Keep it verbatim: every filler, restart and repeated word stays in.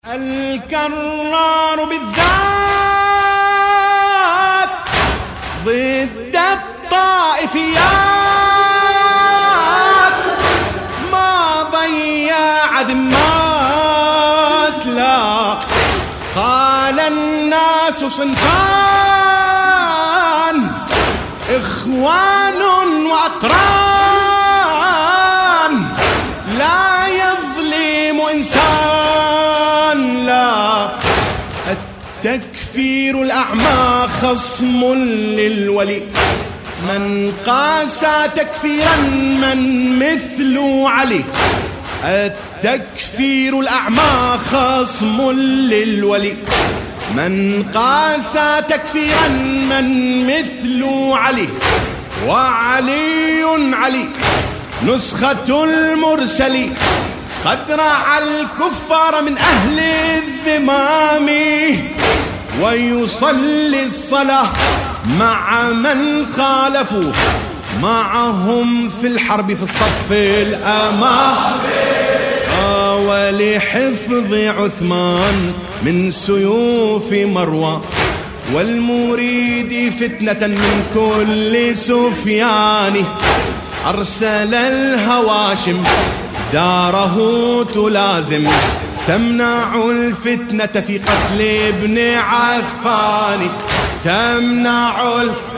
الكرار بالذات ضد الطائفيات ما ضيع ذمات، لا قال الناس صنفان إخوان وأقران، لا يظلم إنسان، لا التكفير الأعمى خصم للولي، من قاسى تكفيرا من مثل علي، التكفير الأعمى خصم للولي، من قاسى تكفيرا من مثل علي، وعلي علي نسخة المرسل، قد رعى الكفار من أهل الذمام، ويصلي الصلاة مع من خالفوا معهم في الحرب في الصف الأمام، ولحفظ عثمان من سيوف مروى، والمريد فتنة من كل سفيان، أرسل الهواشم داره تلازم، تمنع الفتنة في قتل ابن عفان، تمنع